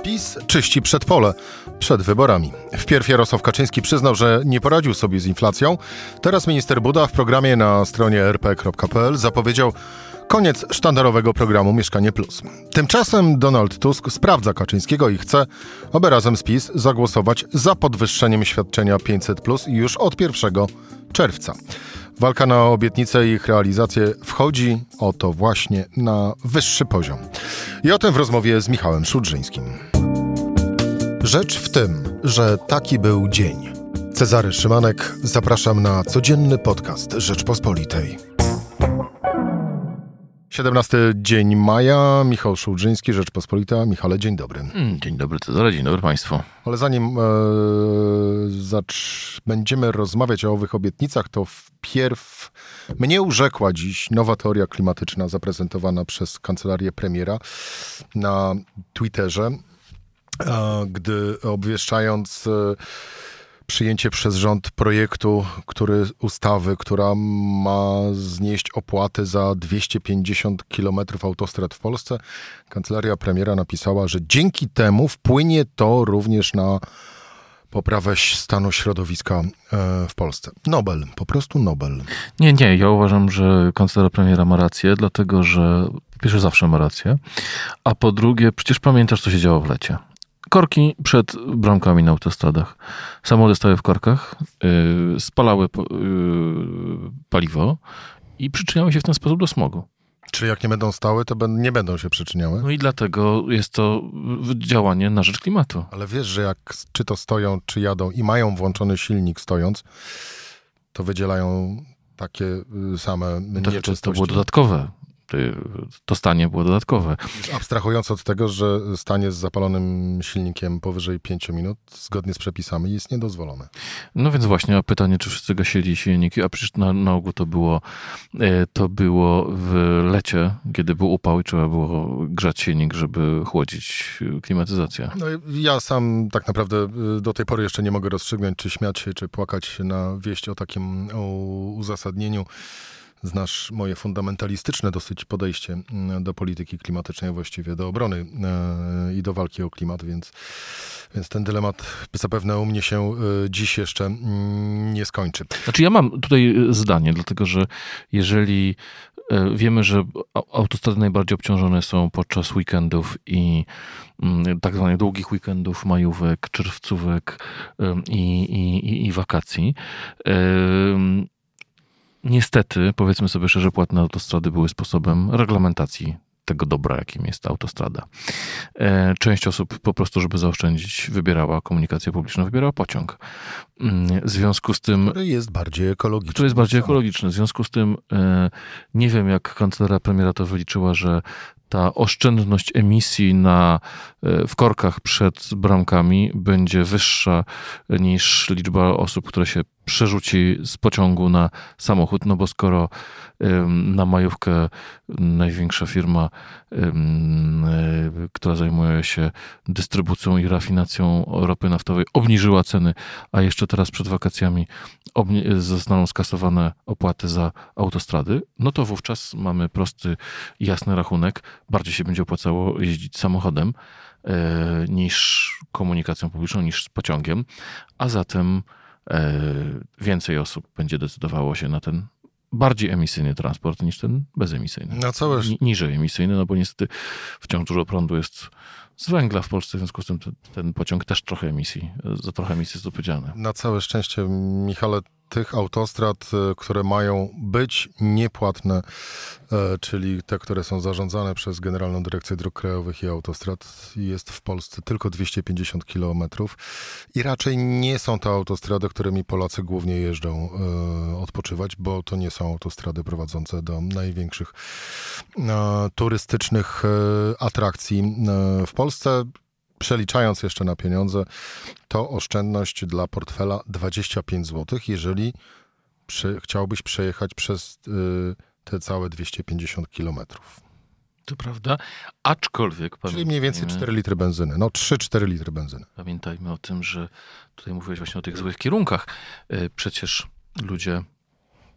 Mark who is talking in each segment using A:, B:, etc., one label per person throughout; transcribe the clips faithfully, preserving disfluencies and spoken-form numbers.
A: PiS czyści przedpole przed wyborami. Wpierw Jarosław Kaczyński przyznał, że nie poradził sobie z inflacją. Teraz minister Buda w programie na stronie er pe kropka pe el zapowiedział koniec sztandarowego programu Mieszkanie Plus. Tymczasem Donald Tusk sprawdza Kaczyńskiego i chce, aby razem z PiS zagłosować za podwyższeniem świadczenia pięćset plus już od pierwszego czerwca. Walka na obietnice i ich realizację wchodzi oto właśnie na wyższy poziom. I o tym w rozmowie z Michałem Szudrzyńskim. Rzecz w tym, że taki był dzień. Cezary Szymanek, zapraszam na codzienny podcast Rzeczpospolitej. siedemnasty dzień maja, Michał Szudrzyński, Rzeczpospolita. Michale, dzień dobry.
B: Dzień dobry, Cezary, dzień dobry Państwu.
A: Ale zanim e, zacz, będziemy rozmawiać o owych obietnicach, to wpierw mnie urzekła dziś nowa teoria klimatyczna zaprezentowana przez kancelarię premiera na Twitterze, e, gdy obwieszczając e, przyjęcie przez rząd projektu, który, ustawy, która ma znieść opłaty za dwieście pięćdziesiąt kilometrów autostrad w Polsce. Kancelaria premiera napisała, że dzięki temu wpłynie to również na poprawę stanu środowiska w Polsce. Nobel, po prostu Nobel.
B: Nie, nie, ja uważam, że kancelaria premiera ma rację, dlatego że po pierwsze zawsze ma rację, a po drugie przecież pamiętasz, co się działo w lecie. Korki przed bramkami na autostradach. Samochody stały w korkach, yy, spalały yy, paliwo i przyczyniały się w ten sposób do smogu.
A: Czy jak nie będą stały, to nie będą się przyczyniały?
B: No i dlatego jest to działanie na rzecz klimatu.
A: Ale wiesz, że jak czy to stoją, czy jadą i mają włączony silnik stojąc, to wydzielają takie same nieczystości.
B: To było dodatkowe. To stanie było dodatkowe.
A: Abstrahując od tego, że stanie z zapalonym silnikiem powyżej pięciu minut, zgodnie z przepisami, jest niedozwolone.
B: No więc właśnie, a pytanie, czy wszyscy gasili silniki, a przecież na, na ogół to było, to było w lecie, kiedy był upał i trzeba było grzać silnik, żeby chłodzić klimatyzację.
A: No ja sam tak naprawdę do tej pory jeszcze nie mogę rozstrzygnąć, czy śmiać się, czy płakać na wieść o takim o uzasadnieniu. Znasz moje fundamentalistyczne dosyć podejście do polityki klimatycznej, właściwie do obrony i do walki o klimat, więc, więc ten dylemat zapewne u mnie się dziś jeszcze nie skończy.
B: Znaczy ja mam tutaj zdanie, dlatego że jeżeli wiemy, że autostrady najbardziej obciążone są podczas weekendów i tak zwanych długich weekendów, majówek, czerwcówek i, i, i wakacji, niestety, powiedzmy sobie szczerze, płatne autostrady były sposobem reglamentacji tego dobra, jakim jest autostrada. Część osób po prostu, żeby zaoszczędzić, wybierała komunikację publiczną, wybierała pociąg. W związku z tym...
A: Który jest bardziej ekologiczny.
B: Który jest bardziej ekologiczny. W związku z tym nie wiem, jak kancelaria premiera to wyliczyła, że ta oszczędność emisji na, w korkach przed bramkami będzie wyższa niż liczba osób, które się przerzuci z pociągu na samochód, no bo skoro na majówkę największa firma, która zajmuje się dystrybucją i rafinacją ropy naftowej, obniżyła ceny, a jeszcze teraz przed wakacjami obni- zostaną skasowane opłaty za autostrady, no to wówczas mamy prosty, jasny rachunek. Bardziej się będzie opłacało jeździć samochodem e, niż komunikacją publiczną, niż z pociągiem, a zatem e, więcej osób będzie decydowało się na ten bardziej emisyjny transport niż ten bezemisyjny.
A: Na całe...
B: Ni- niżej emisyjny, no bo niestety wciąż dużo prądu jest z węgla w Polsce, w związku z tym ten, ten pociąg też trochę emisji, za trochę emisji jest odpowiedzialny.
A: Na całe szczęście, Michale, tych autostrad, które mają być niepłatne, czyli te, które są zarządzane przez Generalną Dyrekcję Dróg Krajowych i Autostrad, jest w Polsce tylko dwieście pięćdziesiąt kilometrów i raczej nie są to autostrady, którymi Polacy głównie jeżdżą odpoczywać, bo to nie są autostrady prowadzące do największych turystycznych atrakcji w Polsce. Przeliczając jeszcze na pieniądze, to oszczędność dla portfela dwadzieścia pięć złotych, jeżeli przy, chciałbyś przejechać przez y, te całe dwieście pięćdziesiąt kilometrów.
B: To prawda, aczkolwiek...
A: Czyli mniej więcej cztery litry benzyny. No trzy cztery litry benzyny.
B: Pamiętajmy o tym, że tutaj mówiłeś właśnie o tych złych kierunkach. Przecież ludzie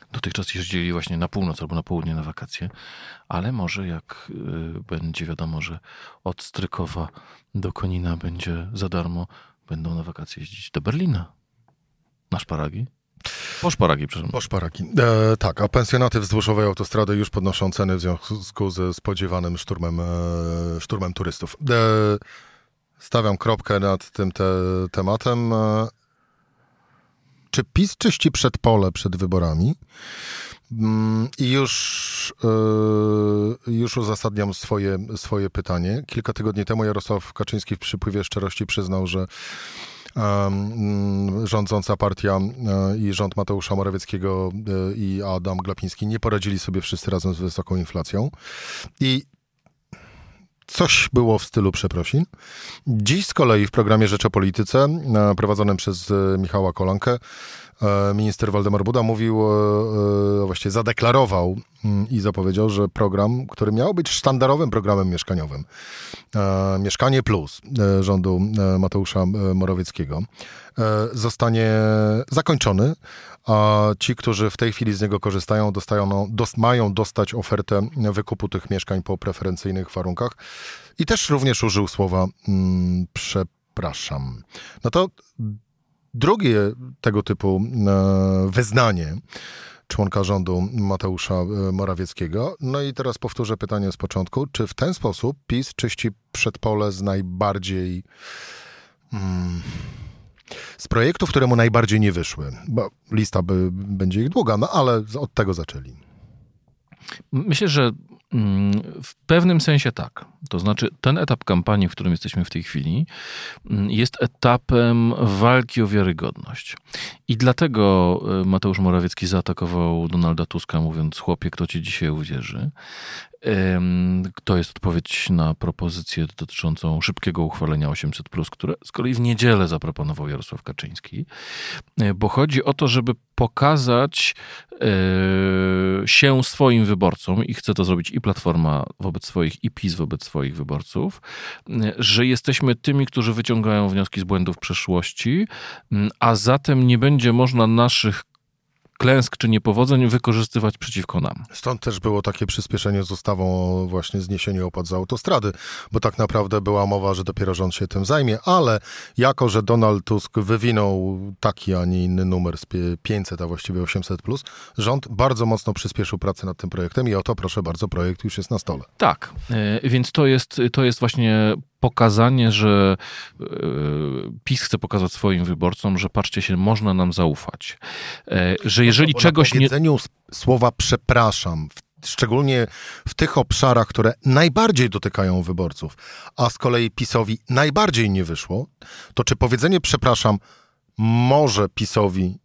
B: dotychczas jeździli właśnie na północ albo na południe na wakacje, ale może jak będzie wiadomo, że od Strykowa do Konina będzie za darmo, będą na wakacje jeździć do Berlina. Na szparagi? Po szparagi, przepraszam.
A: Po szparagi. E, tak, a pensjonaty wzdłużowej autostrady już podnoszą ceny w związku ze spodziewanym szturmem, e, szturmem turystów. E, stawiam kropkę nad tym te, tematem. E, czy PiS czyści przedpole przed wyborami? Mm, I już, e, już uzasadniam swoje, swoje pytanie. Kilka tygodni temu Jarosław Kaczyński w przypływie szczerości przyznał, że rządząca partia i rząd Mateusza Morawieckiego i Adam Glapiński nie poradzili sobie wszyscy razem z wysoką inflacją. I coś było w stylu przeprosin. Dziś z kolei w programie Rzecz o Polityce, prowadzonym przez Michała Kolankę, minister Waldemar Buda mówił, właściwie zadeklarował i zapowiedział, że program, który miał być sztandarowym programem mieszkaniowym, Mieszkanie Plus rządu Mateusza Morawieckiego, zostanie zakończony, a ci, którzy w tej chwili z niego korzystają, dostają, dos, mają dostać ofertę wykupu tych mieszkań po preferencyjnych warunkach. I też również użył słowa mm, przepraszam. No to drugie tego typu e, wyznanie członka rządu Mateusza Morawieckiego. No i teraz powtórzę pytanie z początku. Czy w ten sposób PiS czyści przedpole z najbardziej... Mm, z projektów, które mu najbardziej nie wyszły? Bo lista by, będzie ich długa, no ale od tego zaczęli.
B: Myślę, że w pewnym sensie tak. To znaczy ten etap kampanii, w którym jesteśmy w tej chwili, jest etapem walki o wiarygodność. I dlatego Mateusz Morawiecki zaatakował Donalda Tuska, mówiąc: chłopie, kto ci dzisiaj uwierzy? To jest odpowiedź na propozycję dotyczącą szybkiego uchwalenia osiemset plus, które z kolei w niedzielę zaproponował Jarosław Kaczyński, bo chodzi o to, żeby pokazać się swoim wyborcom, i chce to zrobić i Platforma wobec swoich, i PiS wobec swoich wyborców, że jesteśmy tymi, którzy wyciągają wnioski z błędów przeszłości, a zatem nie będzie można naszych klęsk czy niepowodzeń wykorzystywać przeciwko nam.
A: Stąd też było takie przyspieszenie z ustawą o właśnie zniesieniu opłat za autostrady, bo tak naprawdę była mowa, że dopiero rząd się tym zajmie, ale jako, że Donald Tusk wywinął taki, a nie inny numer z pięćset, a właściwie osiemset plus, rząd bardzo mocno przyspieszył pracę nad tym projektem i oto, proszę bardzo, projekt już jest na stole.
B: Tak, więc to jest, to jest właśnie pokazanie, że PiS chce pokazać swoim wyborcom, że patrzcie się, można nam zaufać. Że jeżeli
A: no,
B: czegoś
A: nie... powiedzeniu słowa przepraszam, szczególnie w tych obszarach, które najbardziej dotykają wyborców, a z kolei PiS-owi najbardziej nie wyszło, to czy powiedzenie przepraszam może PiS-owi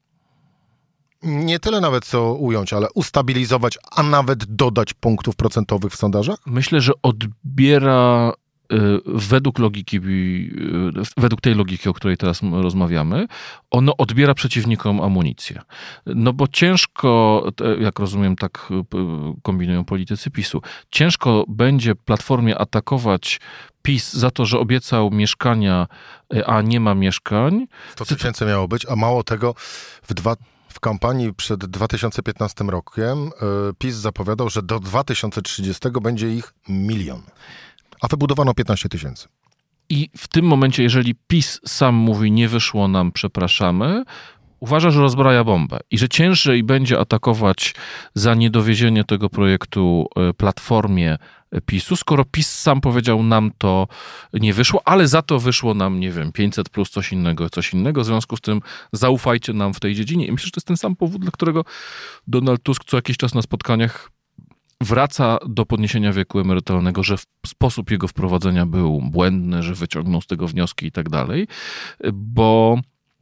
A: nie tyle nawet co ująć, ale ustabilizować, a nawet dodać punktów procentowych w sondażach?
B: Myślę, że odbiera według logiki, według tej logiki, o której teraz rozmawiamy, ono odbiera przeciwnikom amunicję. No bo ciężko, jak rozumiem, tak kombinują politycy PiSu, ciężko będzie Platformie atakować PiS za to, że obiecał mieszkania, a nie ma mieszkań.
A: sto tysięcy miało być, a mało tego, w dwa W kampanii przed dwa tysiące piętnastym rokiem PiS zapowiadał, że do dwa tysiące trzydziestego będzie ich milion. A wybudowano piętnaście tysięcy.
B: I w tym momencie, jeżeli PiS sam mówi, nie wyszło nam, przepraszamy, uważa, że rozbraja bombę i że ciężej będzie atakować za niedowiezienie tego projektu Platformie PiSu, skoro PiS sam powiedział, nam to nie wyszło, ale za to wyszło nam, nie wiem, pięćset plus, coś innego, coś innego. W związku z tym zaufajcie nam w tej dziedzinie. I myślę, że to jest ten sam powód, dla którego Donald Tusk co jakiś czas na spotkaniach wraca do podniesienia wieku emerytalnego, że sposób jego wprowadzenia był błędny, że wyciągnął z tego wnioski i tak dalej, bo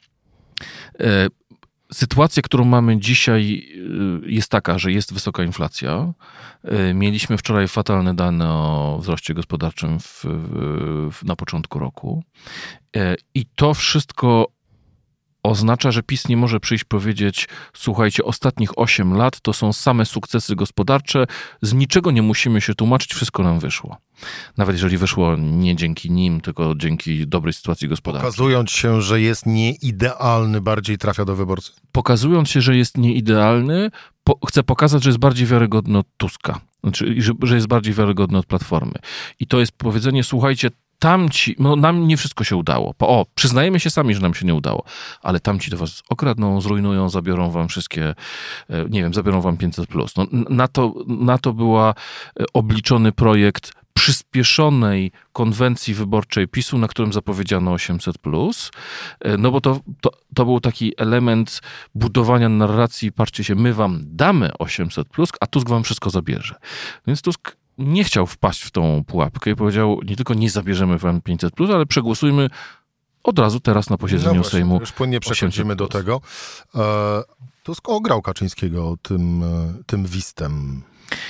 B: e, sytuacja, którą mamy dzisiaj, jest taka, że jest wysoka inflacja. E, mieliśmy wczoraj fatalne dane o wzroście gospodarczym w, w, na początku roku e, i to wszystko oznacza, że PiS nie może przyjść powiedzieć: słuchajcie, ostatnich osiem lat to są same sukcesy gospodarcze, z niczego nie musimy się tłumaczyć, wszystko nam wyszło. Nawet jeżeli wyszło nie dzięki nim, tylko dzięki dobrej sytuacji gospodarczej.
A: Pokazując się, że jest nieidealny, bardziej trafia do wyborcy.
B: Pokazując się, że jest nieidealny, po, chce pokazać, że jest bardziej wiarygodny od Tuska. Znaczy, że, że jest bardziej wiarygodny od Platformy. I to jest powiedzenie: słuchajcie, tamci, no nam nie wszystko się udało. O, przyznajemy się sami, że nam się nie udało, ale tamci to was okradną, zrujnują, zabiorą wam wszystkie, nie wiem, zabiorą wam pięćset plus. No, na to, na to była obliczony projekt przyspieszonej konwencji wyborczej PiSu, na którym zapowiedziano osiemset plus, no bo to, to, to był taki element budowania narracji: patrzcie się, my wam damy osiemset plus, a Tusk wam wszystko zabierze. Więc Tusk nie chciał wpaść w tą pułapkę i powiedział: nie tylko nie zabierzemy wam pięćset plus, ale przegłosujmy od razu teraz na posiedzeniu
A: no właśnie,
B: Sejmu.
A: Już płynnie przechodzimy do tego. E, Tusk ograł Kaczyńskiego tym, tym wistem.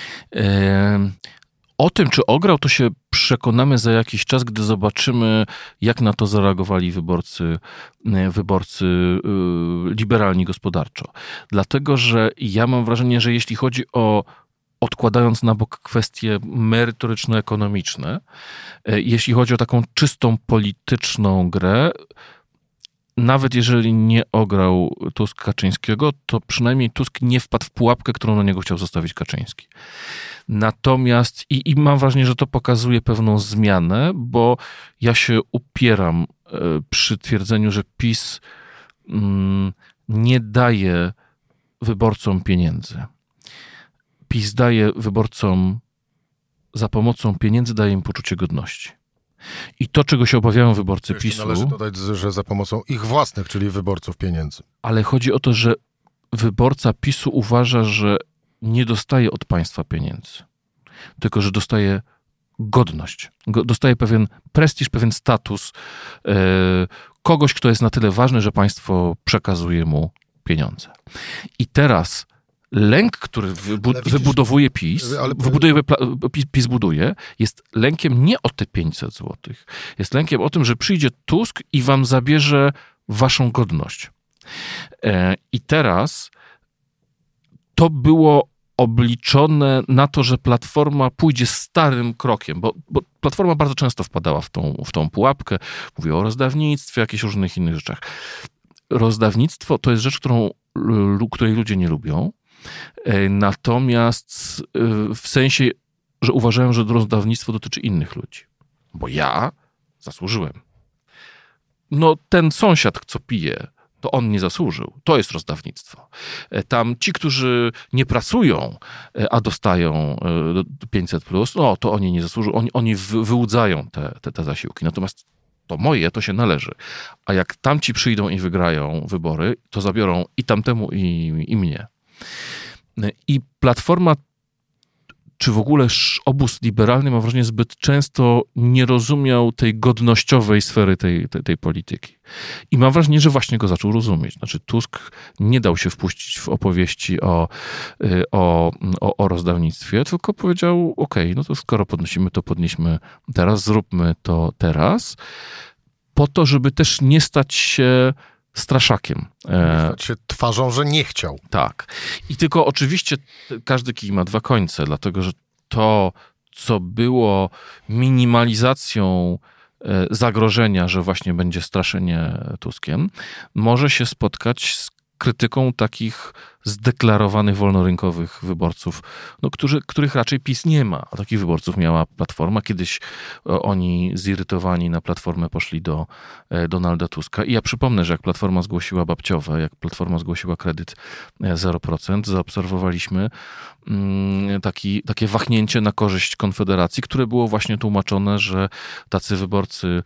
B: E, o tym, czy ograł, to się przekonamy za jakiś czas, gdy zobaczymy, jak na to zareagowali wyborcy, wyborcy liberalni gospodarczo. Dlatego, że ja mam wrażenie, że jeśli chodzi o, odkładając na bok kwestie merytoryczno-ekonomiczne, jeśli chodzi o taką czystą polityczną grę, nawet jeżeli nie ograł Tusk Kaczyńskiego, to przynajmniej Tusk nie wpadł w pułapkę, którą na niego chciał zostawić Kaczyński. Natomiast, i, i mam wrażenie, że to pokazuje pewną zmianę, bo ja się upieram przy twierdzeniu, że PiS mm, nie daje wyborcom pieniędzy. PiS daje wyborcom, za pomocą pieniędzy daje im poczucie godności. I to, czego się obawiają wyborcy
A: Jeszcze
B: PiSu...
A: Należy dodać, że za pomocą ich własnych, czyli wyborców, pieniędzy.
B: Ale chodzi o to, że wyborca PiSu uważa, że nie dostaje od państwa pieniędzy, tylko że dostaje godność. Dostaje pewien prestiż, pewien status yy, kogoś, kto jest na tyle ważny, że państwo przekazuje mu pieniądze. I teraz lęk, który wybu- widzisz, wybudowuje PiS, ale... wybuduje, PiS buduje, jest lękiem nie o te pięćset złotych. Jest lękiem o tym, że przyjdzie Tusk i wam zabierze waszą godność. E, I teraz to było obliczone na to, że Platforma pójdzie starym krokiem, bo, bo Platforma bardzo często wpadała w tą, w tą pułapkę. Mówię o rozdawnictwie, jakichś różnych innych rzeczach. Rozdawnictwo to jest rzecz, którą, której ludzie nie lubią. Natomiast w sensie, że uważają, że rozdawnictwo dotyczy innych ludzi. Bo ja zasłużyłem. No ten sąsiad, co pije, to on nie zasłużył. To jest rozdawnictwo. Tam ci, którzy nie pracują, a dostają pięćset plus, no to oni nie zasłużą. Oni, oni wyłudzają te, te, te zasiłki. Natomiast to moje, to się należy. A jak tamci przyjdą i wygrają wybory, to zabiorą i tamtemu, i, i mnie. I Platforma, czy w ogóle obóz liberalny, mam wrażenie, zbyt często nie rozumiał tej godnościowej sfery tej, tej, tej polityki. I mam wrażenie, że właśnie go zaczął rozumieć. Znaczy Tusk nie dał się wpuścić w opowieści o, o, o, o rozdawnictwie, tylko powiedział: okej, no to skoro podnosimy, to podnieśmy teraz, zróbmy to teraz, po to, żeby też nie stać się straszakiem.
A: Stać się twarzą, że nie chciał.
B: Tak. I tylko oczywiście każdy kij ma dwa końce, dlatego że to, co było minimalizacją zagrożenia, że właśnie będzie straszenie Tuskiem, może się spotkać z krytyką takich zdeklarowanych wolnorynkowych wyborców, no, którzy, których raczej PiS nie ma. A takich wyborców miała Platforma. Kiedyś oni zirytowani na Platformę poszli do Donalda Tuska. I ja przypomnę, że jak Platforma zgłosiła babciowe, jak Platforma zgłosiła kredyt zero procent, zaobserwowaliśmy taki, takie wahnięcie na korzyść Konfederacji, które było właśnie tłumaczone, że tacy wyborcy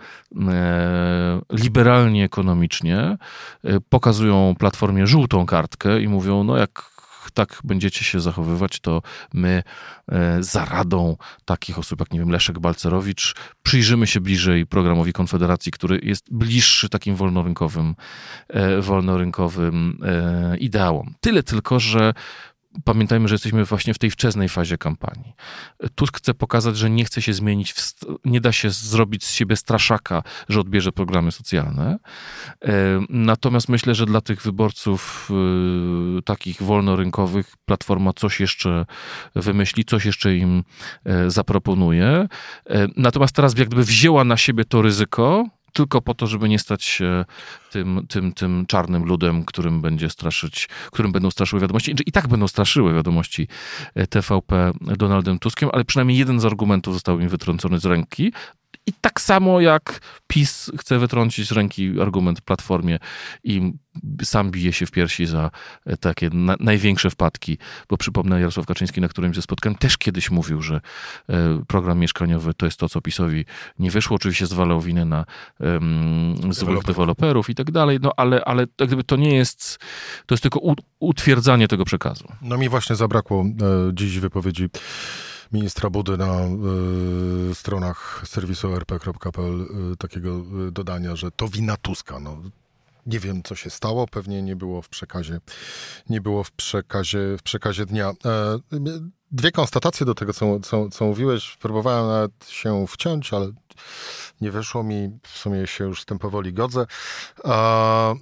B: liberalnie ekonomicznie pokazują Platformie żółtą kartkę i mówią: no jak tak będziecie się zachowywać, to my za radą takich osób jak, nie wiem, Leszek Balcerowicz przyjrzymy się bliżej programowi Konfederacji, który jest bliższy takim wolnorynkowym, wolnorynkowym ideałom. Tyle tylko, że pamiętajmy, że jesteśmy właśnie w tej wczesnej fazie kampanii. Tusk chce pokazać, że nie chce się zmienić, w, nie da się zrobić z siebie straszaka, że odbierze programy socjalne. Natomiast myślę, że dla tych wyborców takich wolnorynkowych Platforma coś jeszcze wymyśli, coś jeszcze im zaproponuje. Natomiast teraz jakby wzięła na siebie to ryzyko, tylko po to, żeby nie stać się tym, tym, tym czarnym ludem, którym będzie straszyć, którym będą straszyły wiadomości. I tak będą straszyły wiadomości T V P Donaldem Tuskiem, ale przynajmniej jeden z argumentów został im wytrącony z ręki. I tak samo jak PiS chce wytrącić z ręki argument Platformie i sam bije się w piersi za takie na, największe wpadki, bo przypomnę, Jarosław Kaczyński na którymś ze spotkań też kiedyś mówił, że program mieszkaniowy to jest to, co PiS-owi nie wyszło. Oczywiście zwalał winę na um, złych deweloperów i tak dalej, no ale, ale tak gdyby to nie jest, to jest tylko u, utwierdzanie tego przekazu.
A: No mi właśnie zabrakło e, dziś wypowiedzi ministra Budy na y, stronach serwisu er pe kropka pe el y, takiego y, dodania, że to wina Tuska. No, nie wiem, co się stało, pewnie nie było w przekazie, nie było w przekazie, w przekazie dnia. E, dwie konstatacje do tego, co, co, co mówiłeś. Próbowałem nawet się wciąć, ale nie wyszło mi, w sumie się już z tym powoli godzę. E,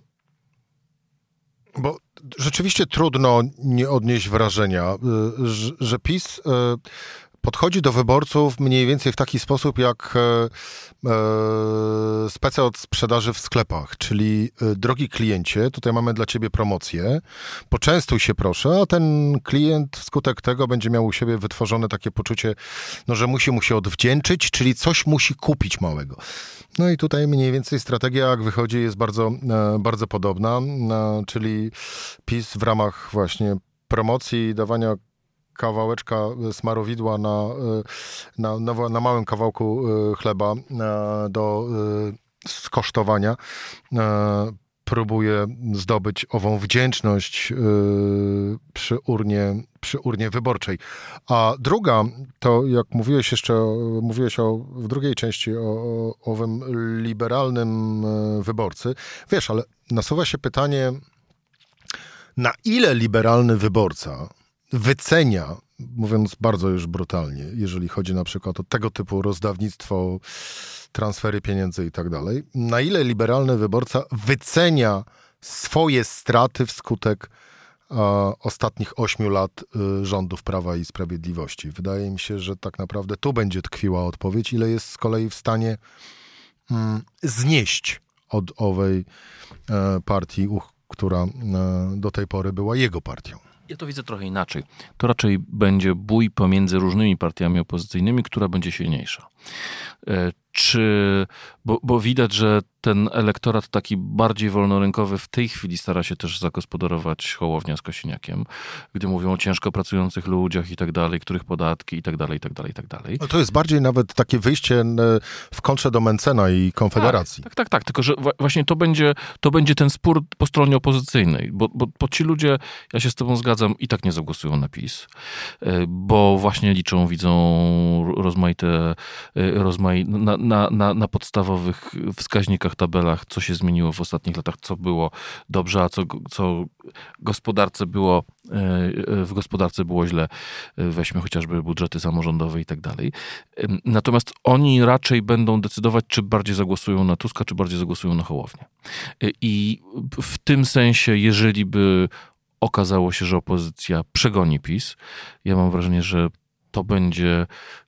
A: bo rzeczywiście trudno nie odnieść wrażenia, że, że PiS podchodzi do wyborców mniej więcej w taki sposób jak speca od sprzedaży w sklepach, czyli drogi kliencie, tutaj mamy dla ciebie promocję, poczęstuj się proszę, a ten klient wskutek tego będzie miał u siebie wytworzone takie poczucie, no, że musi mu się odwdzięczyć, czyli coś musi kupić małego. No i tutaj mniej więcej strategia, jak wychodzi, jest bardzo, bardzo podobna, czyli PiS w ramach właśnie promocji, dawania kawałeczka smarowidła na, na, na, na małym kawałku chleba do skosztowania próbuje zdobyć ową wdzięczność przy urnie, przy urnie wyborczej. A druga, to jak mówiłeś jeszcze, mówiłeś o, w drugiej części o, o owym liberalnym wyborcy. Wiesz, ale nasuwa się pytanie, na ile liberalny wyborca wycenia, mówiąc bardzo już brutalnie, jeżeli chodzi na przykład o tego typu rozdawnictwo, transfery pieniędzy i tak dalej, na ile liberalny wyborca wycenia swoje straty wskutek e, ostatnich ośmiu lat e, rządów Prawa i Sprawiedliwości. Wydaje mi się, że tak naprawdę tu będzie tkwiła odpowiedź, ile jest z kolei w stanie mm, znieść od owej e, partii, uch, która e, do tej pory była jego partią.
B: Ja to widzę trochę inaczej. To raczej będzie bój pomiędzy różnymi partiami opozycyjnymi, która będzie silniejsza. Czy, bo, bo widać, że ten elektorat taki bardziej wolnorynkowy w tej chwili stara się też zagospodarować Hołownia z Kosiniakiem, gdy mówią o ciężko pracujących ludziach i tak dalej, których podatki i tak dalej, i tak dalej, i tak dalej.
A: No to jest bardziej nawet takie wyjście w kontrze do Mencena i Konfederacji.
B: Tak, tak, tak, tak. Tylko że właśnie to będzie, to będzie ten spór po stronie opozycyjnej, bo, bo, bo ci ludzie, ja się z tobą zgadzam, i tak nie zagłosują na PiS, bo właśnie liczą, widzą rozmaite, rozmaite na, na, na, na podstawowych wskaźnikach, tabelach, co się zmieniło w ostatnich latach, co było dobrze, a co, co gospodarce było, w gospodarce było źle. Weźmy chociażby budżety samorządowe i tak dalej. Natomiast oni raczej będą decydować, czy bardziej zagłosują na Tuska, czy bardziej zagłosują na Hołownię. I w tym sensie, jeżeli by okazało się, że opozycja przegoni PiS, ja mam wrażenie, że to będzie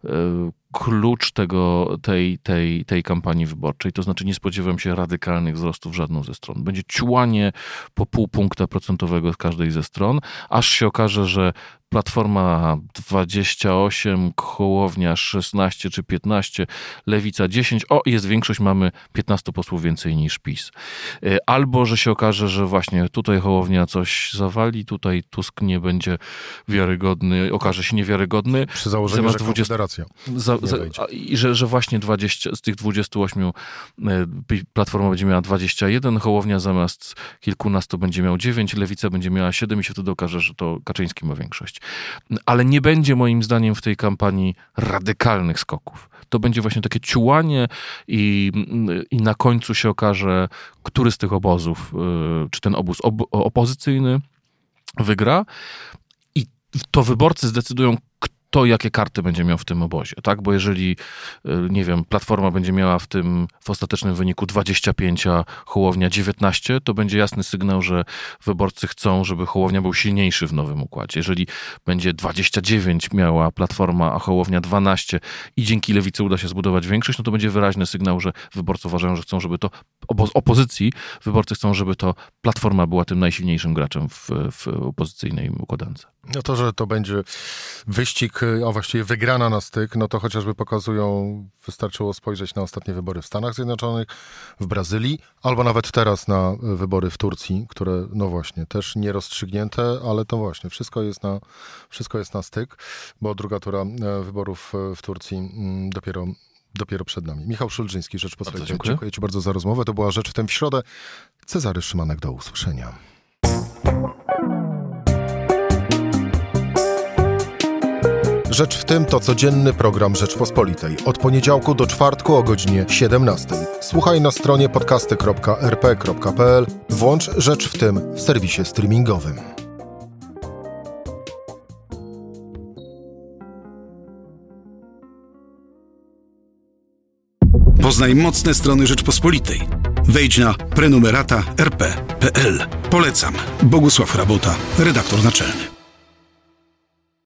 B: klucz tego, tej, tej, tej kampanii wyborczej. To znaczy nie spodziewam się radykalnych wzrostów w żadną ze stron. Będzie ciułanie po pół punkta procentowego z każdej ze stron, aż się okaże, że Platforma dwadzieścia osiem, Hołownia szesnaście czy piętnaście, Lewica dziesięć. O, jest większość, mamy piętnastu posłów więcej niż PiS. Albo, że się okaże, że właśnie tutaj Hołownia coś zawali, tutaj Tusk nie będzie wiarygodny, okaże się niewiarygodny.
A: Przy założeniu,
B: Zamiast
A: że
B: dwudziestu
A: Konfederacja
B: za, za, I że, że właśnie dwadzieścia, z tych dwudziestu ośmiu Platforma będzie miała dwadzieścia jeden, Hołownia zamiast kilkunastu będzie miał dziewięć, Lewica będzie miała siedem i się wtedy okaże, że to Kaczyński ma większość. Ale nie będzie moim zdaniem w tej kampanii radykalnych skoków. To będzie właśnie takie ciułanie i, i na końcu się okaże, który z tych obozów, czy ten obóz ob- opozycyjny wygra. I to wyborcy zdecydują, to jakie karty będzie miał w tym obozie, tak? Bo jeżeli, nie wiem, Platforma będzie miała w tym, w ostatecznym wyniku dwadzieścia pięć, a Hołownia dziewiętnaście, to będzie jasny sygnał, że wyborcy chcą, żeby Hołownia był silniejszy w nowym układzie. Jeżeli będzie dwadzieścia dziewięć miała Platforma, a Hołownia dwanaście i dzięki Lewicy uda się zbudować większość, no to będzie wyraźny sygnał, że wyborcy uważają, że chcą, żeby to, z opozycji wyborcy chcą, żeby to Platforma była tym najsilniejszym graczem w, w opozycyjnej układance.
A: No to, że to będzie wyścig, a właściwie wygrana na styk, no to chociażby pokazują, wystarczyło spojrzeć na ostatnie wybory w Stanach Zjednoczonych, w Brazylii, albo nawet teraz na wybory w Turcji, które no właśnie też nierozstrzygnięte, ale to właśnie wszystko jest na, wszystko jest na styk, bo druga tura wyborów w Turcji dopiero Dopiero przed nami. Michał Szulżyński, Rzeczpospolita.
B: Dziękuję.
A: Dziękuję Ci bardzo za rozmowę. To była Rzecz w tym w środę. Cezary Szymanek, do usłyszenia. Rzecz w tym to codzienny program Rzeczpospolitej. Od poniedziałku do czwartku o godzinie siedemnastej. Słuchaj na stronie podcasty kropka er pe kropka pe el. Włącz Rzecz w tym w serwisie streamingowym.
C: Poznaj mocne strony Rzeczpospolitej. Wejdź na prenumerata kropka er pe kropka pe el. Polecam. Bogusław Rabota, redaktor naczelny.